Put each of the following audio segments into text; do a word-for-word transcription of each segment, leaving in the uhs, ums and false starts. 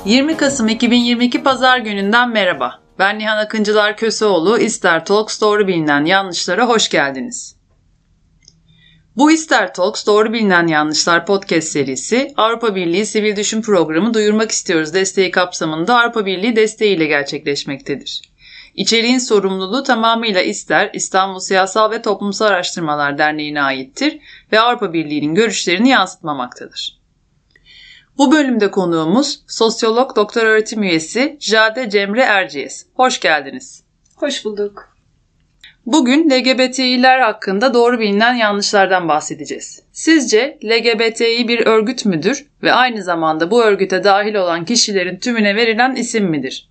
yirmi Kasım iki bin yirmi iki Pazar gününden merhaba. Ben Nihan Akıncılar Köseoğlu, İster Talks Doğru Bilinen Yanlışlara hoş geldiniz. Bu İster Talks Doğru Bilinen Yanlışlar podcast serisi Avrupa Birliği Sivil Düşün Programı Duyurmak İstiyoruz desteği kapsamında Avrupa Birliği desteğiyle gerçekleşmektedir. İçeriğin sorumluluğu tamamıyla İster, İstanbul Siyasal ve Toplumsal Araştırmalar Derneği'ne aittir ve Avrupa Birliği'nin görüşlerini yansıtmamaktadır. Bu bölümde konuğumuz sosyolog doktor öğretim üyesi Jade Cemre Erciyes. Hoş geldiniz. Hoş bulduk. Bugün L G B T İ'ler hakkında doğru bilinen yanlışlardan bahsedeceğiz. Sizce L G B T İ bir örgüt müdür ve aynı zamanda bu örgüte dahil olan kişilerin tümüne verilen isim midir?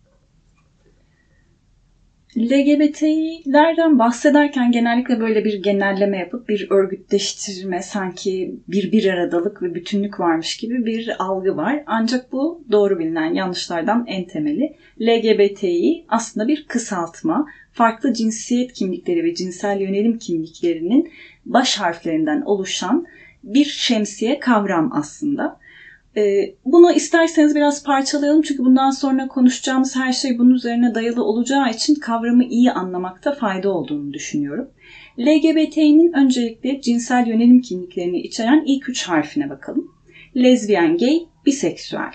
L G B T İ'lerden bahsederken genellikle böyle bir genelleme yapıp bir örgütleştirme, sanki bir bir aradalık ve bütünlük varmış gibi bir algı var. Ancak bu doğru bilinen yanlışlardan en temeli. L G B T İ aslında bir kısaltma, farklı cinsiyet kimlikleri ve cinsel yönelim kimliklerinin baş harflerinden oluşan bir şemsiye kavram aslında. Bunu isterseniz biraz parçalayalım çünkü bundan sonra konuşacağımız her şey bunun üzerine dayalı olacağı için kavramı iyi anlamakta fayda olduğunu düşünüyorum. L G B T İ'nin öncelikle cinsel yönelim kimliklerini içeren ilk üç harfine bakalım. Lezbiyen, gay, biseksüel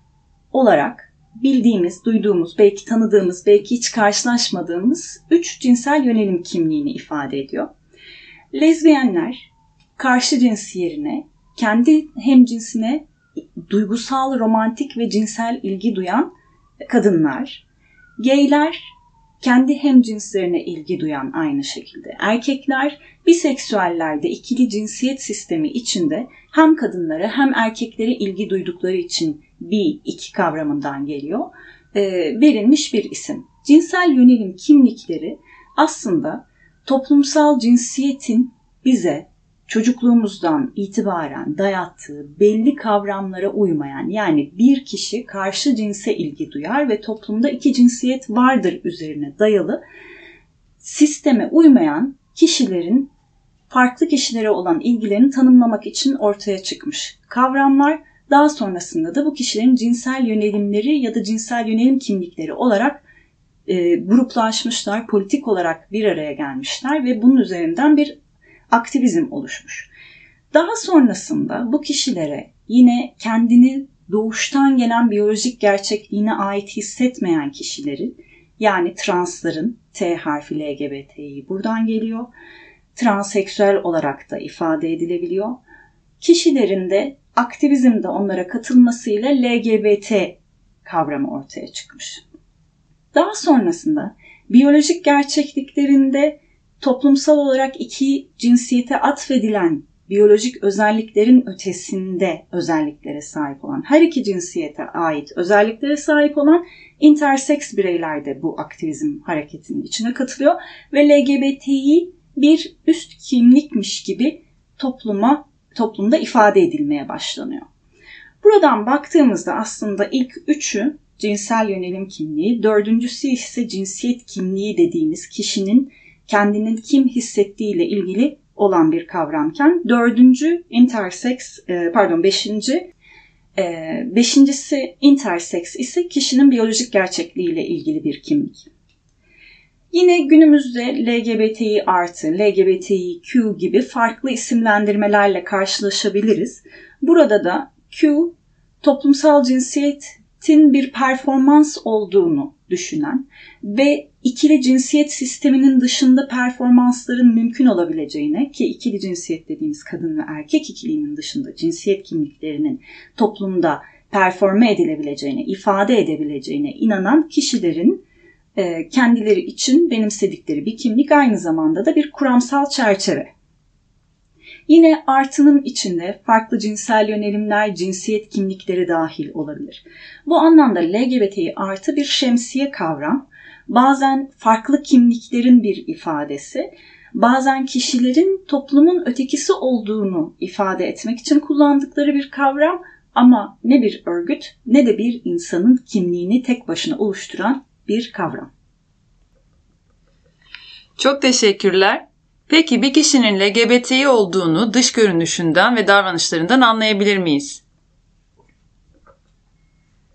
olarak bildiğimiz, duyduğumuz, belki tanıdığımız, belki hiç karşılaşmadığımız üç cinsel yönelim kimliğini ifade ediyor. Lezbiyenler karşı cins yerine kendi hemcinsine duygusal, romantik ve cinsel ilgi duyan kadınlar. Gayler kendi hemcinslerine ilgi duyan aynı şekilde. Erkekler, biseksüeller de ikili cinsiyet sistemi içinde hem kadınlara hem erkeklere ilgi duydukları için bi, iki kavramından geliyor. E, verilmiş bir isim. Cinsel yönelim kimlikleri aslında toplumsal cinsiyetin bize çocukluğumuzdan itibaren dayattığı belli kavramlara uymayan, yani bir kişi karşı cinse ilgi duyar ve toplumda iki cinsiyet vardır üzerine dayalı sisteme uymayan kişilerin farklı kişilere olan ilgilerini tanımlamak için ortaya çıkmış kavramlar. Daha sonrasında da bu kişilerin cinsel yönelimleri ya da cinsel yönelim kimlikleri olarak e, gruplaşmışlar, politik olarak bir araya gelmişler ve bunun üzerinden bir aktivizm oluşmuş. Daha sonrasında bu kişilere yine kendini doğuştan gelen biyolojik gerçekliğine ait hissetmeyen kişilerin, yani transların, T harfi L G B T İ buradan geliyor, transseksüel olarak da ifade edilebiliyor. Kişilerin de aktivizmde onlara katılmasıyla L G B T kavramı ortaya çıkmış. Daha sonrasında biyolojik gerçekliklerinde toplumsal olarak iki cinsiyete atfedilen biyolojik özelliklerin ötesinde özelliklere sahip olan, her iki cinsiyete ait özelliklere sahip olan interseks bireyler de bu aktivizm hareketinin içine katılıyor ve L G B T İ bir üst kimlikmiş gibi topluma toplumda ifade edilmeye başlanıyor. Buradan baktığımızda aslında ilk üçü cinsel yönelim kimliği, dördüncüsü ise cinsiyet kimliği dediğimiz kişinin kendinin kim hissettiğiyle ilgili olan bir kavramken, dördüncü intersex, pardon beşinci, beşincisi intersex ise kişinin biyolojik gerçekliğiyle ilgili bir kimlik. Yine günümüzde L G B T İ artı, L G B T İ Q gibi farklı isimlendirmelerle karşılaşabiliriz. Burada da Q, toplumsal cinsiyetin bir performans olduğunu düşünen ve ikili cinsiyet sisteminin dışında performansların mümkün olabileceğine, ki ikili cinsiyet dediğimiz kadın ve erkek ikiliğinin dışında cinsiyet kimliklerinin toplumda performe edilebileceğine, ifade edebileceğine inanan kişilerin e, kendileri için benimsedikleri bir kimlik, aynı zamanda da bir kuramsal çerçeve. Yine artının içinde farklı cinsel yönelimler, cinsiyet kimlikleri dahil olabilir. Bu anlamda L G B T İ artı bir şemsiye kavram, bazen farklı kimliklerin bir ifadesi, bazen kişilerin toplumun ötekisi olduğunu ifade etmek için kullandıkları bir kavram ama ne bir örgüt ne de bir insanın kimliğini tek başına oluşturan bir kavram. Çok teşekkürler. Peki bir kişinin L G B T İ olduğunu dış görünüşünden ve davranışlarından anlayabilir miyiz?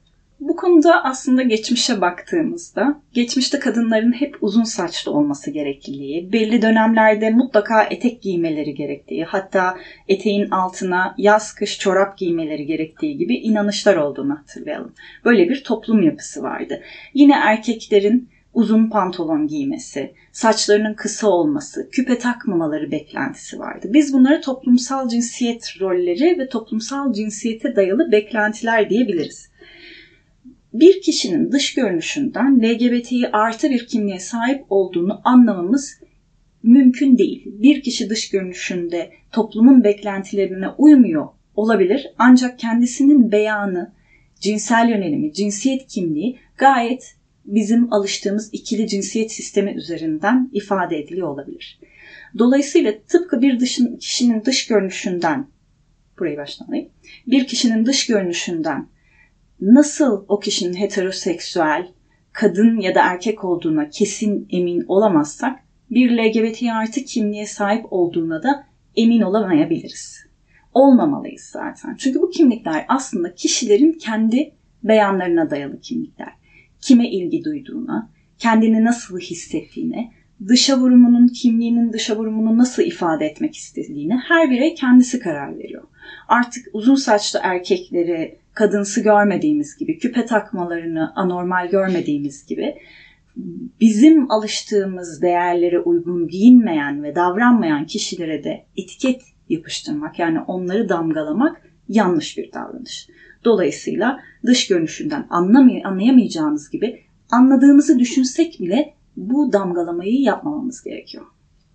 Bu konuda aslında geçmişe baktığımızda, geçmişte kadınların hep uzun saçlı olması gerekliliği, belli dönemlerde mutlaka etek giymeleri gerektiği, hatta eteğin altına yaz kış çorap giymeleri gerektiği gibi inanışlar olduğunu hatırlayalım. Böyle bir toplum yapısı vardı. Yine erkeklerin uzun pantolon giymesi, saçlarının kısa olması, küpe takmamaları beklentisi vardı. Biz bunlara toplumsal cinsiyet rolleri ve toplumsal cinsiyete dayalı beklentiler diyebiliriz. Bir kişinin dış görünüşünden L G B T artı bir kimliğe sahip olduğunu anlamamız mümkün değil. Bir kişi dış görünüşünde toplumun beklentilerine uymuyor olabilir, ancak kendisinin beyanı, cinsel yönelimi, cinsiyet kimliği gayet bizim alıştığımız ikili cinsiyet sistemi üzerinden ifade ediliyor olabilir. Dolayısıyla tıpkı bir dışın, kişinin dış görünüşünden, burayı baştan alayım, bir kişinin dış görünüşünden nasıl o kişinin heteroseksüel, kadın ya da erkek olduğuna kesin emin olamazsak, bir L G B T artı kimliğe sahip olduğuna da emin olamayabiliriz. Olmamalıyız zaten. Çünkü bu kimlikler aslında kişilerin kendi beyanlarına dayalı kimlikler. Kime ilgi duyduğuna, kendini nasıl hissettiğine, dışa vurumunun, kimliğinin dışa vurumunu nasıl ifade etmek istediğine her birey kendisi karar veriyor. Artık uzun saçlı erkekleri kadınsı görmediğimiz gibi, küpe takmalarını anormal görmediğimiz gibi, bizim alıştığımız değerlere uygun giyinmeyen ve davranmayan kişilere de etiket yapıştırmak, yani onları damgalamak yanlış bir davranış. Dolayısıyla dış görünüşünden anlamay- anlayamayacağımız gibi anladığımızı düşünsek bile bu damgalamayı yapmamamız gerekiyor.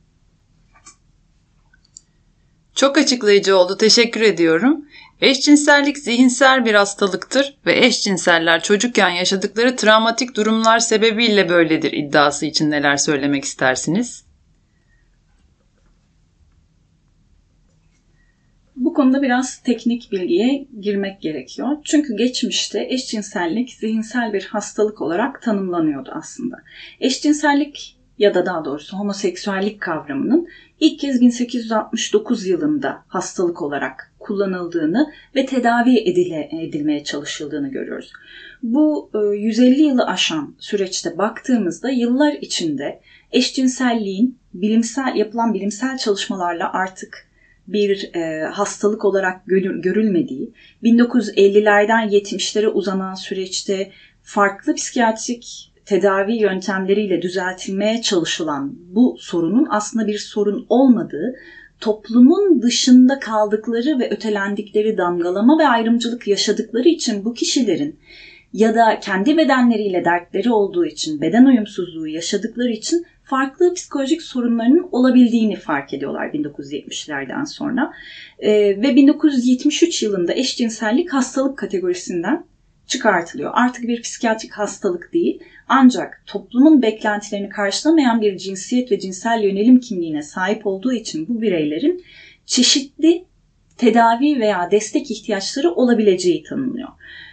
Çok açıklayıcı oldu. Teşekkür ediyorum. Eşcinsellik zihinsel bir hastalıktır ve eşcinseller çocukken yaşadıkları travmatik durumlar sebebiyle böyledir iddiası için neler söylemek istersiniz? Bu konuda biraz teknik bilgiye girmek gerekiyor. Çünkü geçmişte eşcinsellik zihinsel bir hastalık olarak tanımlanıyordu aslında. Eşcinsellik ya da daha doğrusu homoseksüellik kavramının ilk kez bin sekiz yüz altmış dokuz yılında hastalık olarak kullanıldığını ve tedavi edile, edilmeye çalışıldığını görüyoruz. Bu yüz elli yılı aşan süreçte baktığımızda yıllar içinde eşcinselliğin bilimsel yapılan bilimsel çalışmalarla artık bir e, hastalık olarak görülmediği, bin dokuz yüz ellilerden yetmişlere uzanan süreçte farklı psikiyatrik tedavi yöntemleriyle düzeltilmeye çalışılan bu sorunun aslında bir sorun olmadığı, toplumun dışında kaldıkları ve ötelendikleri, damgalama ve ayrımcılık yaşadıkları için bu kişilerin ya da kendi bedenleriyle dertleri olduğu için, beden uyumsuzluğu yaşadıkları için farklı psikolojik sorunlarının olabildiğini fark ediyorlar bin dokuz yüz yetmişlerden sonra. Ee, ve bin dokuz yüz yetmiş üç yılında eşcinsellik hastalık kategorisinden çıkartılıyor. Artık bir psikiyatrik hastalık değil, ancak toplumun beklentilerini karşılamayan bir cinsiyet ve cinsel yönelim kimliğine sahip olduğu için bu bireylerin çeşitli tedavi veya destek ihtiyaçları olabileceği tanınıyor.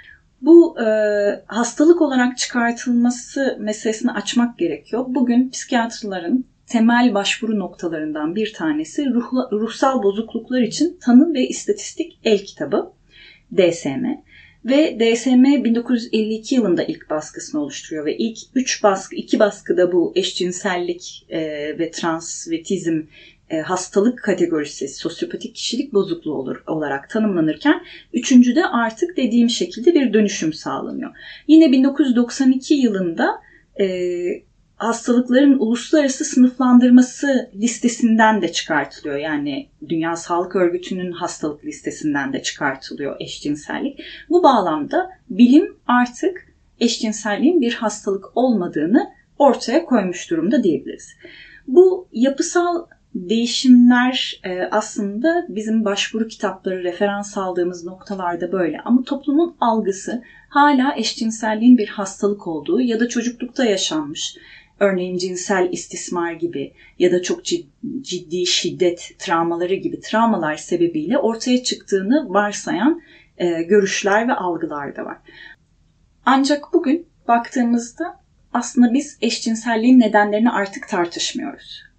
Bu e, hastalık olarak çıkartılması meselesini açmak gerekiyor. Bugün psikiyatrların temel başvuru noktalarından bir tanesi ruhla, ruhsal bozukluklar için tanı ve istatistik el kitabı D S M. Ve D S M bin dokuz yüz elli iki yılında ilk baskısını oluşturuyor ve ilk üç baskı, iki baskıda bu eşcinsellik e, ve transvetizm e, hastalık kategorisi sosyopatik kişilik bozukluğu olur, olarak tanımlanırken üçüncüde artık dediğim şekilde bir dönüşüm sağlanıyor. Yine bin dokuz yüz doksan iki yılında e, hastalıkların uluslararası sınıflandırması listesinden de çıkartılıyor. Yani Dünya Sağlık Örgütü'nün hastalık listesinden de çıkartılıyor eşcinsellik. Bu bağlamda bilim artık eşcinselliğin bir hastalık olmadığını ortaya koymuş durumda diyebiliriz. Bu yapısal değişimler aslında bizim başvuru kitapları, referans aldığımız noktalarda böyle. Ama toplumun algısı hala eşcinselliğin bir hastalık olduğu ya da çocuklukta yaşanmış, örneğin cinsel istismar gibi ya da çok ciddi şiddet travmaları gibi travmalar sebebiyle ortaya çıktığını varsayan e, görüşler ve algılar da var. Ancak bugün baktığımızda aslında biz eşcinselliğin nedenlerini artık tartışmıyoruz.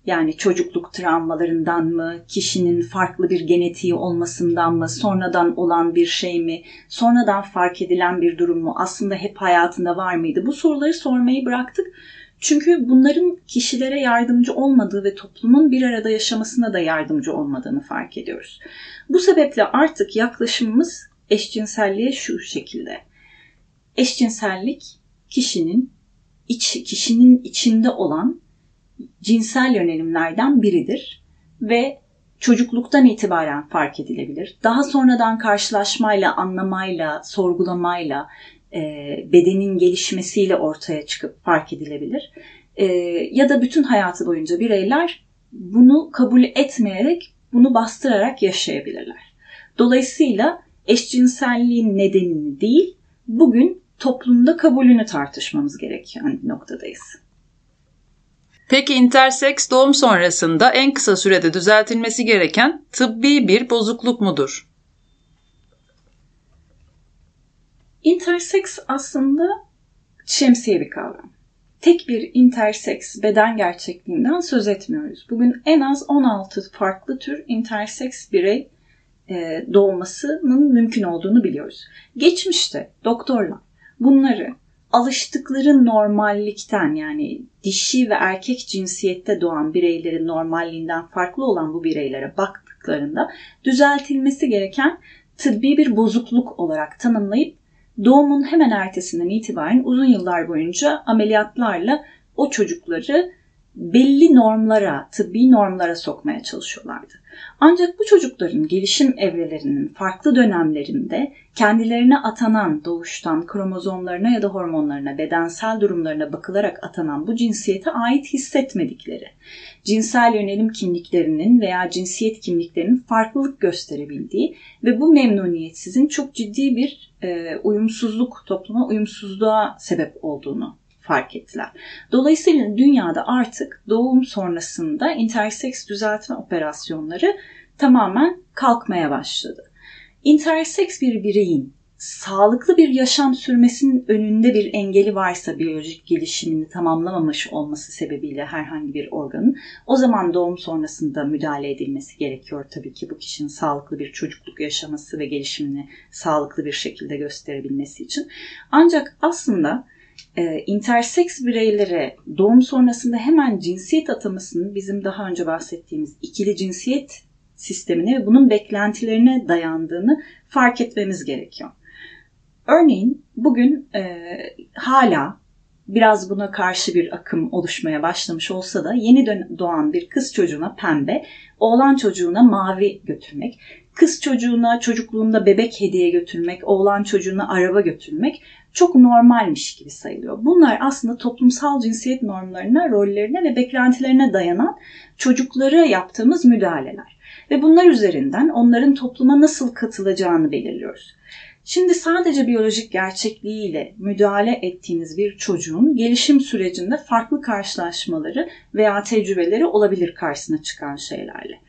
Yani çocukluk travmalarından mı, kişinin farklı bir genetiği olmasından mı, sonradan olan bir şey mi, sonradan fark edilen bir durum mu, aslında hep hayatında var mıydı? Bu soruları sormayı bıraktık. Çünkü bunların kişilere yardımcı olmadığı ve toplumun bir arada yaşamasına da yardımcı olmadığını fark ediyoruz. Bu sebeple artık yaklaşımımız eşcinselliğe şu şekilde. Eşcinsellik kişinin iç, kişinin içinde olan cinsel yönelimlerden biridir ve çocukluktan itibaren fark edilebilir. Daha sonradan karşılaşmayla, anlamayla, sorgulamayla, e, bedenin gelişmesiyle ortaya çıkıp fark edilebilir. E, ya da bütün hayatı boyunca bireyler bunu kabul etmeyerek, bunu bastırarak yaşayabilirler. Dolayısıyla eşcinselliğin nedenini değil, bugün toplumda kabulünü tartışmamız gereken noktadayız. Peki interseks doğum sonrasında en kısa sürede düzeltilmesi gereken tıbbi bir bozukluk mudur? Interseks aslında şemsiye bir kavram. Tek bir interseks beden gerçekliğinden söz etmiyoruz. Bugün en az on altı farklı tür interseks birey doğmasının mümkün olduğunu biliyoruz. Geçmişte doktorlar bunları alıştıkları normallikten, yani dişi ve erkek cinsiyette doğan bireylerin normalliğinden farklı olan bu bireylere baktıklarında düzeltilmesi gereken tıbbi bir bozukluk olarak tanımlayıp doğumun hemen ertesinden itibaren uzun yıllar boyunca ameliyatlarla o çocukları belli normlara, tıbbi normlara sokmaya çalışıyorlardı. Ancak bu çocukların gelişim evrelerinin farklı dönemlerinde kendilerine atanan, doğuştan kromozomlarına ya da hormonlarına, bedensel durumlarına bakılarak atanan bu cinsiyete ait hissetmedikleri, cinsel yönelim kimliklerinin veya cinsiyet kimliklerinin farklılık gösterebildiği ve bu memnuniyetsizin çok ciddi bir e, uyumsuzluk, topluma uyumsuzluğa sebep olduğunu fark ettiler. Dolayısıyla dünyada artık doğum sonrasında interseks düzeltme operasyonları tamamen kalkmaya başladı. Interseks bir bireyin sağlıklı bir yaşam sürmesinin önünde bir engeli varsa, biyolojik gelişimini tamamlamamış olması sebebiyle herhangi bir organın, o zaman doğum sonrasında müdahale edilmesi gerekiyor tabii ki bu kişinin sağlıklı bir çocukluk yaşaması ve gelişimini sağlıklı bir şekilde gösterebilmesi için. Ancak aslında e, interseks bireylere doğum sonrasında hemen cinsiyet atamasının bizim daha önce bahsettiğimiz ikili cinsiyet sistemine ve bunun beklentilerine dayandığını fark etmemiz gerekiyor. Örneğin bugün e, hala biraz buna karşı bir akım oluşmaya başlamış olsa da yeni doğan bir kız çocuğuna pembe, oğlan çocuğuna mavi götürmek, kız çocuğuna çocukluğunda bebek hediye götürmek, oğlan çocuğuna araba götürmek çok normalmiş gibi sayılıyor. Bunlar aslında toplumsal cinsiyet normlarına, rollerine ve beklentilerine dayanan çocuklara yaptığımız müdahaleler. Ve bunlar üzerinden onların topluma nasıl katılacağını belirliyoruz. Şimdi sadece biyolojik gerçekliğiyle müdahale ettiğiniz bir çocuğun gelişim sürecinde farklı karşılaşmaları veya tecrübeleri olabilir karşısına çıkan şeylerle.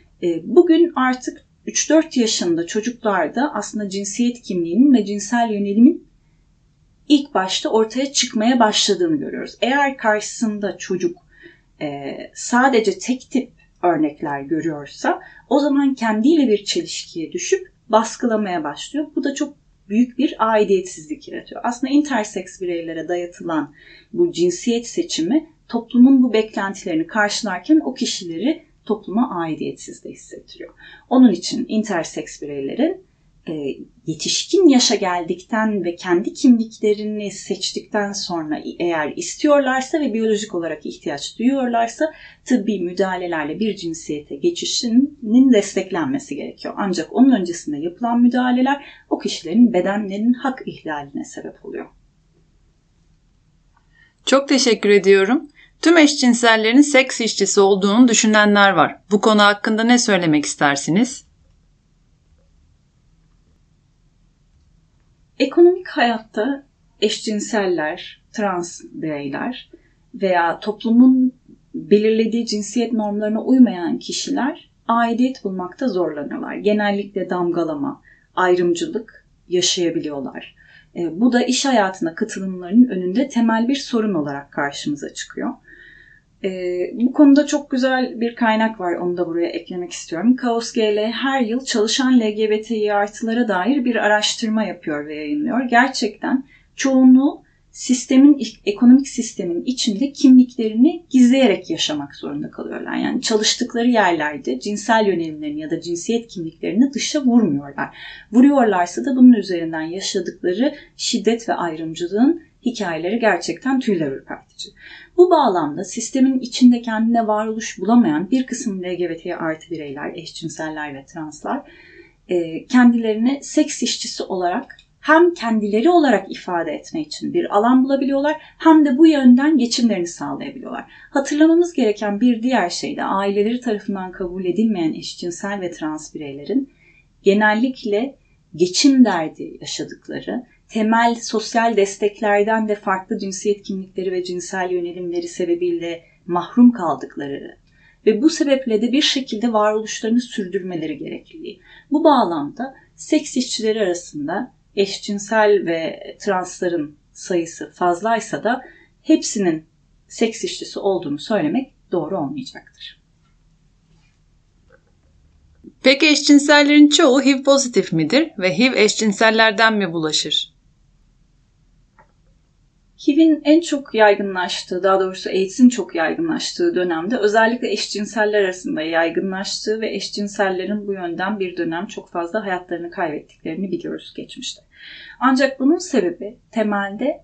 Bugün artık üç dört yaşında çocuklarda aslında cinsiyet kimliğinin ve cinsel yönelimin ilk başta ortaya çıkmaya başladığını görüyoruz. Eğer karşısında çocuk sadece tek tip örnekler görüyorsa o zaman kendiyle bir çelişkiye düşüp baskılamaya başlıyor. Bu da çok büyük bir aidiyetsizlik yaratıyor. Aslında interseks bireylere dayatılan bu cinsiyet seçimi toplumun bu beklentilerini karşılarken o kişileri topluma aidiyetsiz de hissettiriyor. Onun için interseks bireylerin e, yetişkin yaşa geldikten ve kendi kimliklerini seçtikten sonra eğer istiyorlarsa ve biyolojik olarak ihtiyaç duyuyorlarsa tıbbi müdahalelerle bir cinsiyete geçişinin desteklenmesi gerekiyor. Ancak onun öncesinde yapılan müdahaleler o kişilerin bedenlerinin hak ihlaline sebep oluyor. Çok teşekkür ediyorum. Tüm eşcinsellerin seks işçisi olduğunu düşünenler var. Bu konu hakkında ne söylemek istersiniz? Ekonomik hayatta eşcinseller, trans bireyler veya toplumun belirlediği cinsiyet normlarına uymayan kişiler aidiyet bulmakta zorlanıyorlar. Genellikle damgalama, ayrımcılık yaşayabiliyorlar. Bu da iş hayatına katılımlarının önünde temel bir sorun olarak karşımıza çıkıyor. Ee, bu konuda çok güzel bir kaynak var. Onu da buraya eklemek istiyorum. Kaos G L her yıl çalışan L G B T İ artılara dair bir araştırma yapıyor ve yayınlıyor. Gerçekten çoğunluğu sistemin, ekonomik sistemin içinde kimliklerini gizleyerek yaşamak zorunda kalıyorlar. Yani çalıştıkları yerlerde cinsel yönelimlerini ya da cinsiyet kimliklerini dışa vurmuyorlar. Vuruyorlarsa da bunun üzerinden yaşadıkları şiddet ve ayrımcılığın hikayeleri gerçekten tüyler ürpertici. Bu bağlamda sistemin içinde kendine varoluş bulamayan bir kısım L G B T artı bireyler, eşcinseller ve translar kendilerini seks işçisi olarak hem kendileri olarak ifade etme için bir alan bulabiliyorlar hem de bu yönden geçimlerini sağlayabiliyorlar. Hatırlamamız gereken bir diğer şey de aileleri tarafından kabul edilmeyen eşcinsel ve trans bireylerin genellikle geçim derdi yaşadıkları, temel sosyal desteklerden de farklı cinsiyet kimlikleri ve cinsel yönelimleri sebebiyle mahrum kaldıkları ve bu sebeple de bir şekilde varoluşlarını sürdürmeleri gerekliliği. Bu bağlamda seks işçileri arasında eşcinsel ve transların sayısı fazlaysa da hepsinin seks işçisi olduğunu söylemek doğru olmayacaktır. Peki eşcinsellerin çoğu H I V pozitif midir ve H I V eşcinsellerden mi bulaşır? H I V'in en çok yaygınlaştığı, daha doğrusu AIDS'in çok yaygınlaştığı dönemde özellikle eşcinseller arasında yaygınlaştığı ve eşcinsellerin bu yönden bir dönem çok fazla hayatlarını kaybettiklerini biliyoruz geçmişte. Ancak bunun sebebi temelde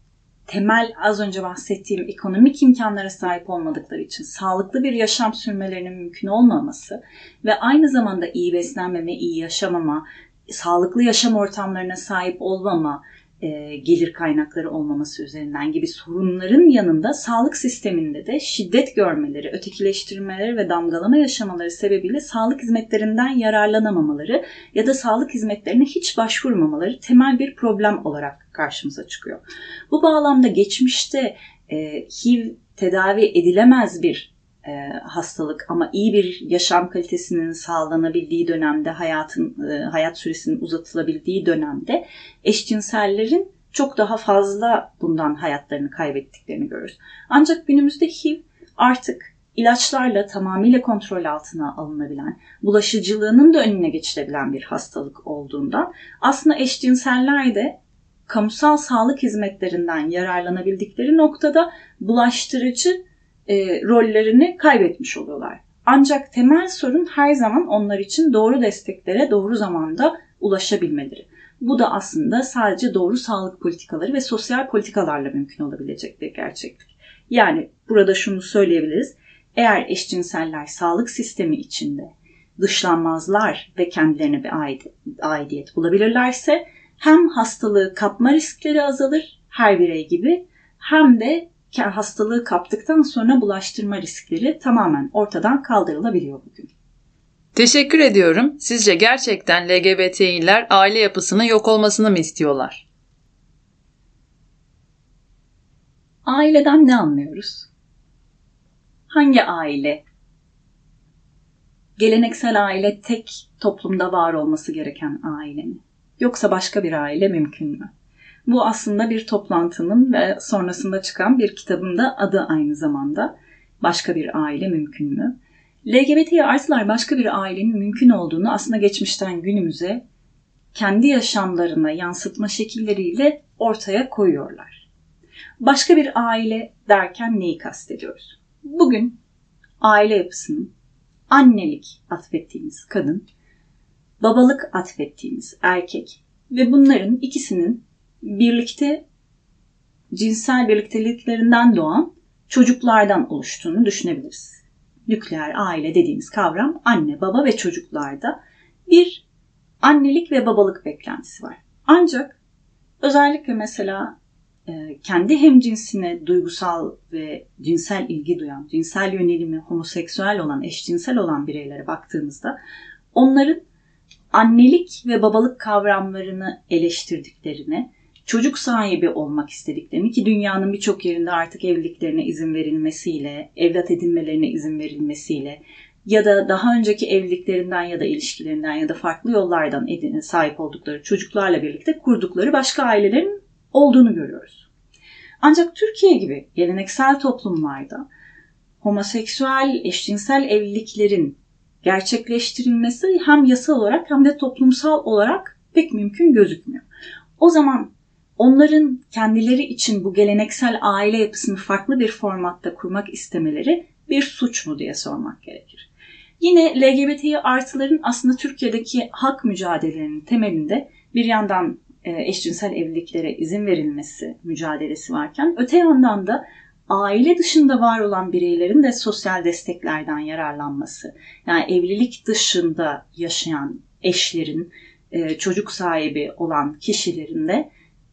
temel az önce bahsettiğim ekonomik imkanlara sahip olmadıkları için sağlıklı bir yaşam sürmelerinin mümkün olmaması ve aynı zamanda iyi beslenmeme, iyi yaşamama, sağlıklı yaşam ortamlarına sahip olmama, e, gelir kaynakları olmaması üzerinden gibi sorunların yanında sağlık sisteminde de şiddet görmeleri, ötekileştirmeleri ve damgalama yaşamaları sebebiyle sağlık hizmetlerinden yararlanamamaları ya da sağlık hizmetlerine hiç başvurmamaları temel bir problem olarak karşımıza çıkıyor. Bu bağlamda geçmişte e, H I V tedavi edilemez bir e, hastalık ama iyi bir yaşam kalitesinin sağlanabildiği dönemde, hayatın e, hayat süresinin uzatılabildiği dönemde eşcinsellerin çok daha fazla bundan hayatlarını kaybettiklerini görüyoruz. Ancak günümüzde H I V artık ilaçlarla tamamıyla kontrol altına alınabilen, bulaşıcılığının da önüne geçilebilen bir hastalık olduğundan aslında eşcinseller de kamusal sağlık hizmetlerinden yararlanabildikleri noktada bulaştırıcı e, rollerini kaybetmiş oluyorlar. Ancak temel sorun her zaman onlar için doğru desteklere doğru zamanda ulaşabilmeleri. Bu da aslında sadece doğru sağlık politikaları ve sosyal politikalarla mümkün olabilecek bir gerçeklik. Yani burada şunu söyleyebiliriz. Eğer eşcinseller sağlık sistemi içinde dışlanmazlar ve kendilerine bir aidiyet bulabilirlerse hem hastalığı kapma riskleri azalır her birey gibi hem de hastalığı kaptıktan sonra bulaştırma riskleri tamamen ortadan kaldırılabiliyor bugün. Teşekkür ediyorum. Sizce gerçekten L G B T'liler aile yapısının yok olmasını mı istiyorlar? Aileden ne anlıyoruz? Hangi aile? Geleneksel aile tek toplumda var olması gereken aile mi? Yoksa başka bir aile mümkün mü? Bu aslında bir toplantının ve sonrasında çıkan bir kitabın da adı aynı zamanda. Başka bir aile mümkün mü? L G B T artılar başka bir ailenin mümkün olduğunu aslında geçmişten günümüze kendi yaşamlarına yansıtma şekilleriyle ortaya koyuyorlar. Başka bir aile derken neyi kastediyoruz? Bugün aile yapısının annelik atfettiğimiz kadın, babalık atfettiğimiz erkek ve bunların ikisinin birlikte cinsel birlikteliklerinden doğan çocuklardan oluştuğunu düşünebiliriz. Nükleer aile dediğimiz kavram anne, baba ve çocuklarda bir annelik ve babalık beklentisi var. Ancak özellikle mesela kendi hemcinsine duygusal ve cinsel ilgi duyan, cinsel yönelimi homoseksüel olan, eşcinsel olan bireylere baktığımızda onların annelik ve babalık kavramlarını eleştirdiklerini, çocuk sahibi olmak istediklerini ki dünyanın birçok yerinde artık evliliklerine izin verilmesiyle, evlat edinmelerine izin verilmesiyle ya da daha önceki evliliklerinden ya da ilişkilerinden ya da farklı yollardan edin, sahip oldukları çocuklarla birlikte kurdukları başka ailelerin olduğunu görüyoruz. Ancak Türkiye gibi geleneksel toplumlarda homoseksüel, eşcinsel evliliklerin gerçekleştirilmesi hem yasal olarak hem de toplumsal olarak pek mümkün gözükmüyor. O zaman onların kendileri için bu geleneksel aile yapısını farklı bir formatta kurmak istemeleri bir suç mu diye sormak gerekir. Yine L G B T artıların aslında Türkiye'deki hak mücadelelerinin temelinde bir yandan eşcinsel evliliklere izin verilmesi mücadelesi varken öte yandan da aile dışında var olan bireylerin de sosyal desteklerden yararlanması, yani evlilik dışında yaşayan eşlerin, çocuk sahibi olan kişilerin de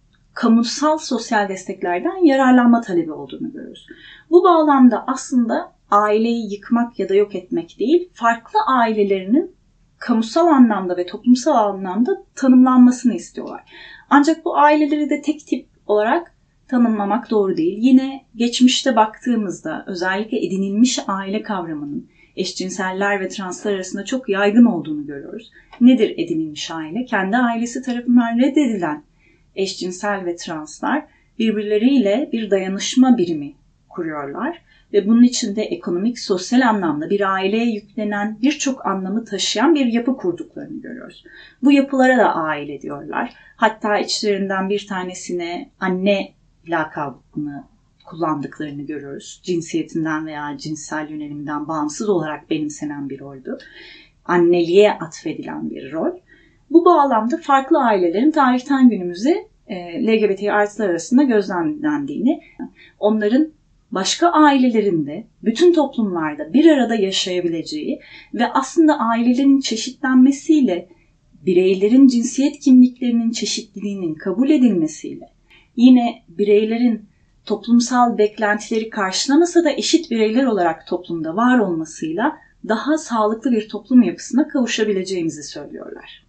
kamusal sosyal desteklerden yararlanma talebi olduğunu görüyoruz. Bu bağlamda aslında aileyi yıkmak ya da yok etmek değil, farklı ailelerinin kamusal anlamda ve toplumsal anlamda tanımlanmasını istiyorlar. Ancak bu aileleri de tek tip olarak tanımlamak doğru değil. Yine geçmişte baktığımızda özellikle edinilmiş aile kavramının eşcinseller ve translar arasında çok yaygın olduğunu görüyoruz. Nedir edinilmiş aile? Kendi ailesi tarafından reddedilen eşcinsel ve translar birbirleriyle bir dayanışma birimi kuruyorlar ve bunun içinde ekonomik, sosyal anlamda bir aileye yüklenen birçok anlamı taşıyan bir yapı kurduklarını görüyoruz. Bu yapılara da aile diyorlar. Hatta içlerinden bir tanesine anne lakabını kullandıklarını görüyoruz. Cinsiyetinden veya cinsel yönelimden bağımsız olarak benimsenen bir roldü. Anneliğe atfedilen bir rol. Bu bağlamda farklı ailelerin tarihten günümüze e, L G B T artılar arasında gözlemlendiğini, onların başka ailelerinde, bütün toplumlarda bir arada yaşayabileceği ve aslında ailelerin çeşitlenmesiyle bireylerin cinsiyet kimliklerinin çeşitliliğinin kabul edilmesiyle, yine bireylerin toplumsal beklentileri karşılamasa da eşit bireyler olarak toplumda var olmasıyla daha sağlıklı bir toplum yapısına kavuşabileceğimizi söylüyorlar.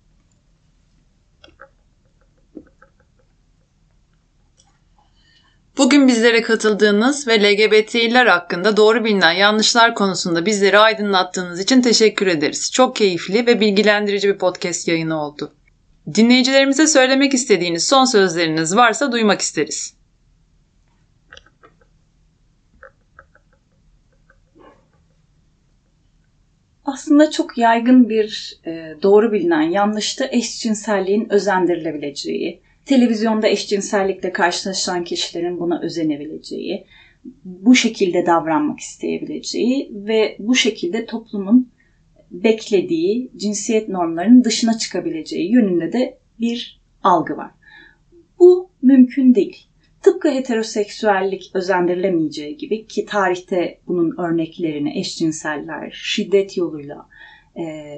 Bugün bizlere katıldığınız ve L G B T'liler hakkında doğru bilinen yanlışlar konusunda bizleri aydınlattığınız için teşekkür ederiz. Çok keyifli ve bilgilendirici bir podcast yayını oldu. Dinleyicilerimize söylemek istediğiniz son sözleriniz varsa duymak isteriz. Aslında çok yaygın bir e, doğru bilinen yanlışta eşcinselliğin özendirilebileceği, televizyonda eşcinsellikle karşılaşan kişilerin buna özenebileceği, bu şekilde davranmak isteyebileceği ve bu şekilde toplumun beklediği cinsiyet normlarının dışına çıkabileceği yönünde de bir algı var. Bu mümkün değil. Tıpkı heteroseksüellik özendirilemeyeceği gibi ki tarihte bunun örneklerini eşcinseller şiddet yoluyla, e,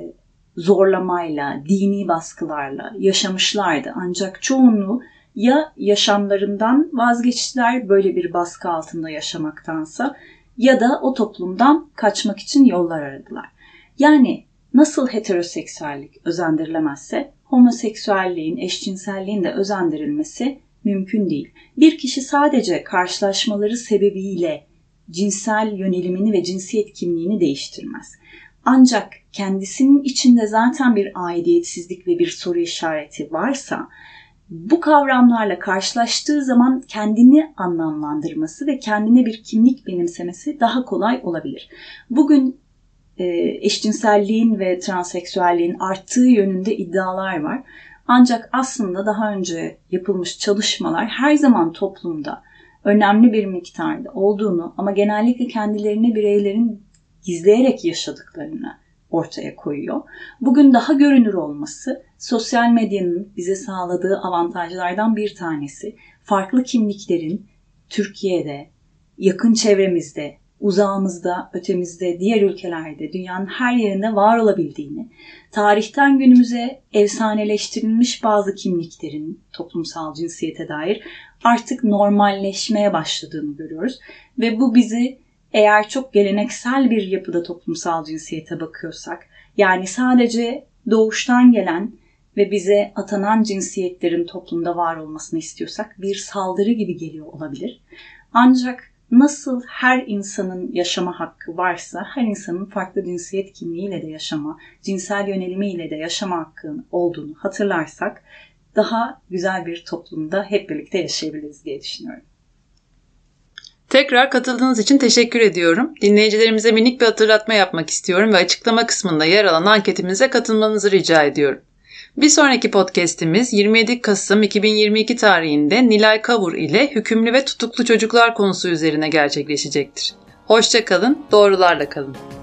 zorlamayla, dini baskılarla yaşamışlardı. Ancak çoğunluğu ya yaşamlarından vazgeçtiler böyle bir baskı altında yaşamaktansa ya da o toplumdan kaçmak için yollar aradılar. Yani nasıl heteroseksüellik özendirilemezse homoseksüelliğin, eşcinselliğin de özendirilmesi mümkün değil. Bir kişi sadece karşılaşmaları sebebiyle cinsel yönelimini ve cinsiyet kimliğini değiştirmez. Ancak kendisinin içinde zaten bir aidiyetsizlik ve bir soru işareti varsa bu kavramlarla karşılaştığı zaman kendini anlamlandırması ve kendine bir kimlik benimsemesi daha kolay olabilir. Bugün e, eşcinselliğin ve transseksüelliğin arttığı yönünde iddialar var. Ancak aslında daha önce yapılmış çalışmalar her zaman toplumda önemli bir miktarda olduğunu ama genellikle kendilerini bireylerin gizleyerek yaşadıklarını ortaya koyuyor. Bugün daha görünür olması sosyal medyanın bize sağladığı avantajlardan bir tanesi. Farklı kimliklerin Türkiye'de, yakın çevremizde, uzağımızda, ötemizde, diğer ülkelerde, dünyanın her yerinde var olabildiğini, tarihten günümüze efsaneleştirilmiş bazı kimliklerin toplumsal cinsiyete dair artık normalleşmeye başladığını görüyoruz. Ve bu bizi eğer çok geleneksel bir yapıda toplumsal cinsiyete bakıyorsak, yani sadece doğuştan gelen ve bize atanan cinsiyetlerin toplumda var olmasını istiyorsak bir saldırı gibi geliyor olabilir. Ancak nasıl her insanın yaşama hakkı varsa, her insanın farklı cinsiyet kimliğiyle de yaşama, cinsel yönelimiyle de yaşama hakkı olduğunu hatırlarsak daha güzel bir toplumda hep birlikte yaşayabiliriz diye düşünüyorum. Tekrar katıldığınız için teşekkür ediyorum. Dinleyicilerimize minik bir hatırlatma yapmak istiyorum ve açıklama kısmında yer alan anketimize katılmanızı rica ediyorum. Bir sonraki podcast'imiz yirmi yedi Kasım iki bin yirmi iki tarihinde Nilay Kavur ile hükümlü ve tutuklu çocuklar konusu üzerine gerçekleşecektir. Hoşça kalın, doğrularla kalın.